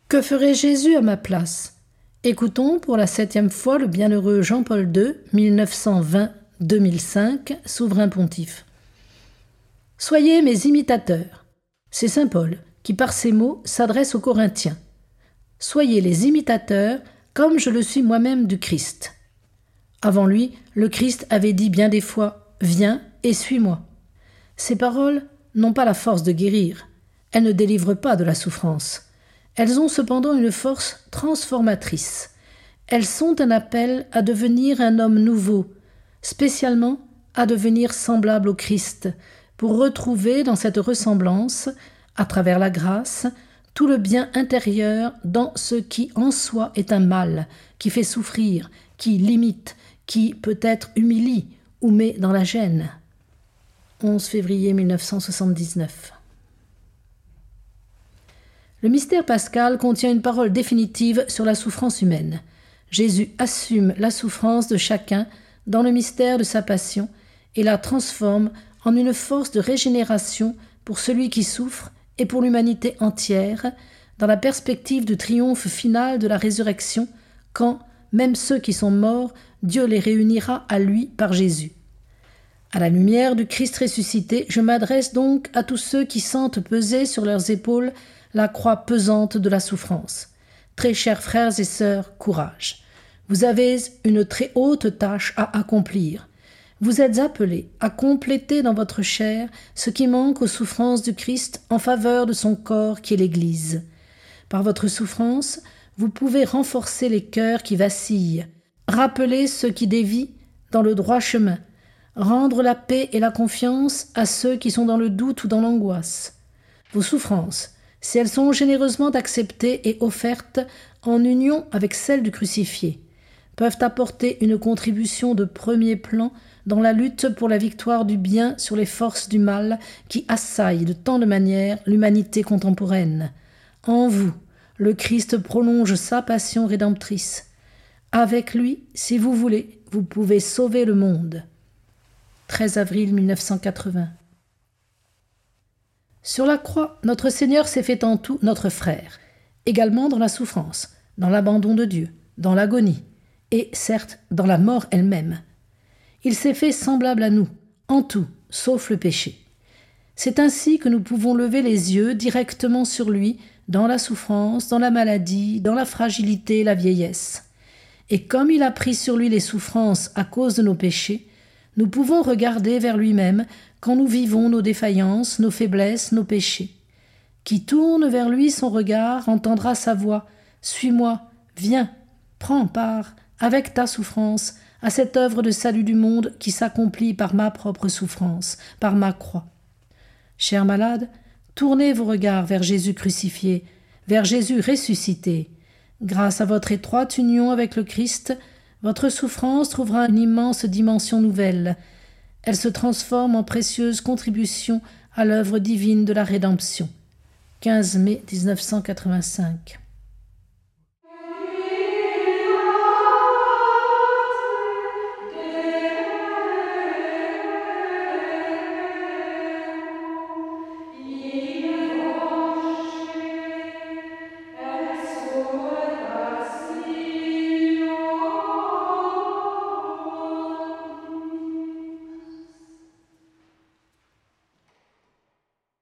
Que ferait Jésus à ma place? Écoutons pour la 7e fois le bienheureux Jean-Paul II, 1920-2005, souverain pontife. Soyez mes imitateurs. C'est saint Paul qui, par ces mots, s'adresse aux Corinthiens. Soyez les imitateurs comme je le suis moi-même du Christ. Avant lui, le Christ avait dit bien des fois « Viens et suis-moi ». Ces paroles n'ont pas la force de guérir. Elles ne délivrent pas de la souffrance. Elles ont cependant une force transformatrice. Elles sont un appel à devenir un homme nouveau, spécialement à devenir semblable au Christ, pour retrouver dans cette ressemblance, à travers la grâce, tout le bien intérieur dans ce qui en soi est un mal, qui fait souffrir, qui limite, qui peut-être humilie ou met dans la gêne. 11 février 1979. Le mystère pascal contient une parole définitive sur la souffrance humaine. Jésus assume la souffrance de chacun dans le mystère de sa passion et la transforme en une force de régénération pour celui qui souffre et pour l'humanité entière, dans la perspective du triomphe final de la résurrection, quand, même ceux qui sont morts, Dieu les réunira à lui par Jésus. À la lumière du Christ ressuscité, je m'adresse donc à tous ceux qui sentent peser sur leurs épaules la croix pesante de la souffrance. Très chers frères et sœurs, courage. Vous avez une très haute tâche à accomplir. Vous êtes appelés à compléter dans votre chair ce qui manque aux souffrances du Christ en faveur de son corps qui est l'Église. Par votre souffrance, vous pouvez renforcer les cœurs qui vacillent, rappeler ceux qui dévient dans le droit chemin, rendre la paix et la confiance à ceux qui sont dans le doute ou dans l'angoisse. Vos souffrances, si elles sont généreusement acceptées et offertes en union avec celles du crucifié, peuvent apporter une contribution de premier plan dans la lutte pour la victoire du bien sur les forces du mal qui assaillent de tant de manières l'humanité contemporaine. En vous, le Christ prolonge sa passion rédemptrice. Avec lui, si vous voulez, vous pouvez sauver le monde. 13 avril 1980. Sur la croix, notre Seigneur s'est fait en tout notre frère, également dans la souffrance, dans l'abandon de Dieu, dans l'agonie, et certes dans la mort elle-même. Il s'est fait semblable à nous, en tout, sauf le péché. C'est ainsi que nous pouvons lever les yeux directement sur lui, dans la souffrance, dans la maladie, dans la fragilité et la vieillesse. Et comme il a pris sur lui les souffrances à cause de nos péchés, nous pouvons regarder vers lui-même quand nous vivons nos défaillances, nos faiblesses, nos péchés. Qui tourne vers lui son regard entendra sa voix « Suis-moi, viens, prends part, avec ta souffrance, à cette œuvre de salut du monde qui s'accomplit par ma propre souffrance, par ma croix. » Chers malades, tournez vos regards vers Jésus crucifié, vers Jésus ressuscité. Grâce à votre étroite union avec le Christ, votre souffrance trouvera une immense dimension nouvelle. Elle se transforme en précieuse contribution à l'œuvre divine de la rédemption. 15 mai 1985.